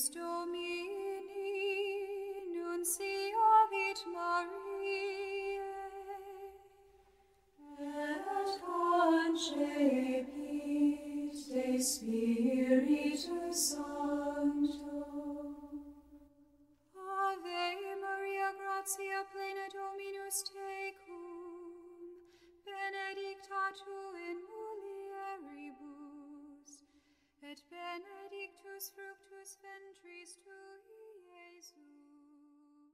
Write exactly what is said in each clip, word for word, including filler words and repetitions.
Deus Domini, nunciavit Mariae, et concepit de Spiritu Sancto. Ave Maria, gratia plena Dominus tecum, benedicta tu in mulieribus, et benedictus fructus ventris tui, Jesus.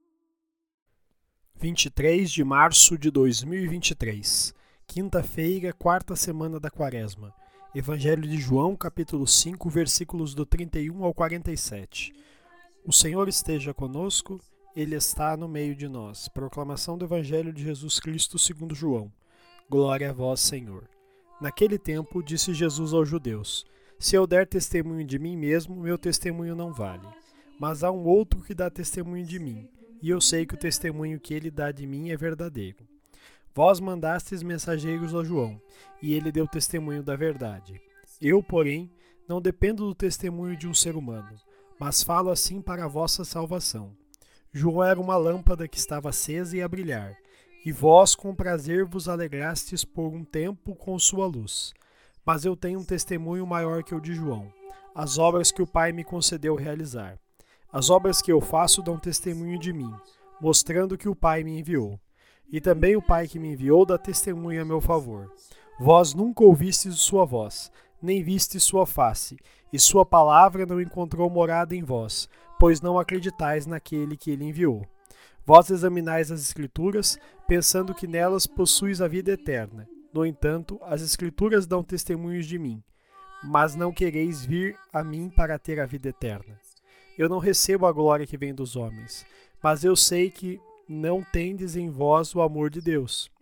vinte e três de março de dois mil e vinte e três, quinta-feira, quarta semana da Quaresma. Evangelho de João, capítulo cinco, versículos do trinta e um ao quarenta e sete. O Senhor esteja conosco, Ele está no meio de nós. Proclamação do Evangelho de Jesus Cristo segundo João. Glória a vós, Senhor. Naquele tempo, disse Jesus aos judeus: Se eu der testemunho de mim mesmo, meu testemunho não vale. Mas há um outro que dá testemunho de mim, e eu sei que o testemunho que ele dá de mim é verdadeiro. Vós mandastes mensageiros a João, e ele deu testemunho da verdade. Eu, porém, não dependo do testemunho de um ser humano, mas falo assim para a vossa salvação. João era uma lâmpada que estava acesa e a brilhar, e vós com prazer vos alegrastes por um tempo com sua luz. Mas eu tenho um testemunho maior que o de João, as obras que o Pai me concedeu realizar. As obras que eu faço dão testemunho de mim, mostrando que o Pai me enviou. E também o Pai que me enviou dá testemunho a meu favor. Vós nunca ouvistes sua voz, nem vistes sua face, e sua palavra não encontrou morada em vós, pois não acreditais naquele que ele enviou. Vós examinais as Escrituras, pensando que nelas possuis a vida eterna. No entanto, as Escrituras dão testemunhos de mim, mas não quereis vir a mim para ter a vida eterna. Eu não recebo a glória que vem dos homens, mas eu sei que não tendes em vós o amor de Deus.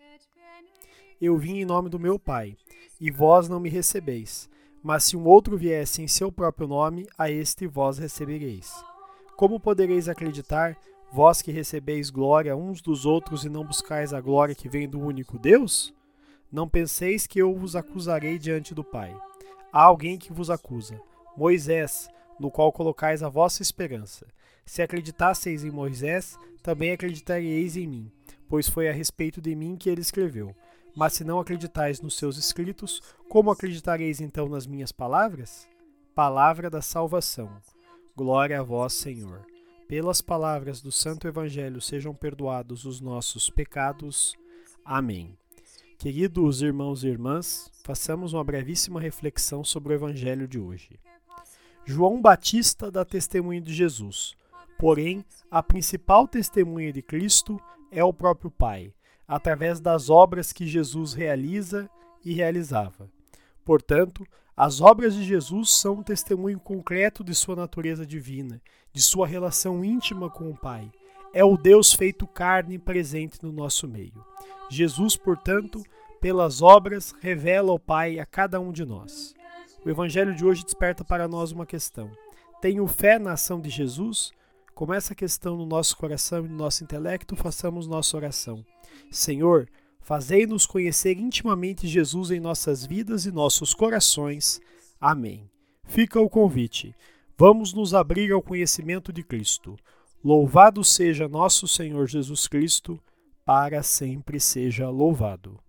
Eu vim em nome do meu Pai, e vós não me recebeis. Mas se um outro viesse em seu próprio nome, a este vós recebereis. Como podereis acreditar, vós que recebeis glória uns dos outros e não buscais a glória que vem do único Deus? Não penseis que eu vos acusarei diante do Pai. Há alguém que vos acusa, Moisés, no qual colocais a vossa esperança. Se acreditasseis em Moisés, também acreditareis em mim, pois foi a respeito de mim que ele escreveu. Mas se não acreditais nos seus escritos, como acreditareis então nas minhas palavras? Palavra da salvação. Glória a vós, Senhor. Pelas palavras do Santo Evangelho sejam perdoados os nossos pecados. Amém. Queridos irmãos e irmãs, façamos uma brevíssima reflexão sobre o Evangelho de hoje. João Batista dá testemunho de Jesus, porém, a principal testemunha de Cristo é o próprio Pai, através das obras que Jesus realiza e realizava. Portanto, as obras de Jesus são um testemunho concreto de sua natureza divina, de sua relação íntima com o Pai. É o Deus feito carne presente no nosso meio. Jesus, portanto, pelas obras, revela o Pai a cada um de nós. O Evangelho de hoje desperta para nós uma questão. Tenho fé na ação de Jesus? Com essa questão no nosso coração e no nosso intelecto, façamos nossa oração. Senhor, fazei-nos conhecer intimamente Jesus em nossas vidas e nossos corações. Amém. Fica o convite. Vamos nos abrir ao conhecimento de Cristo. Louvado seja nosso Senhor Jesus Cristo, para sempre seja louvado.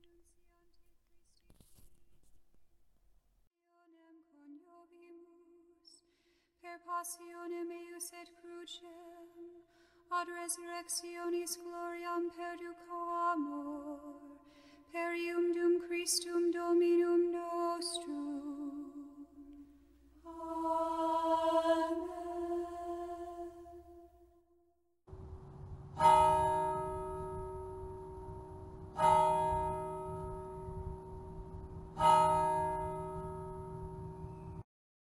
Per passionem eius et crucem, ad resurrectionis gloriam perducamur.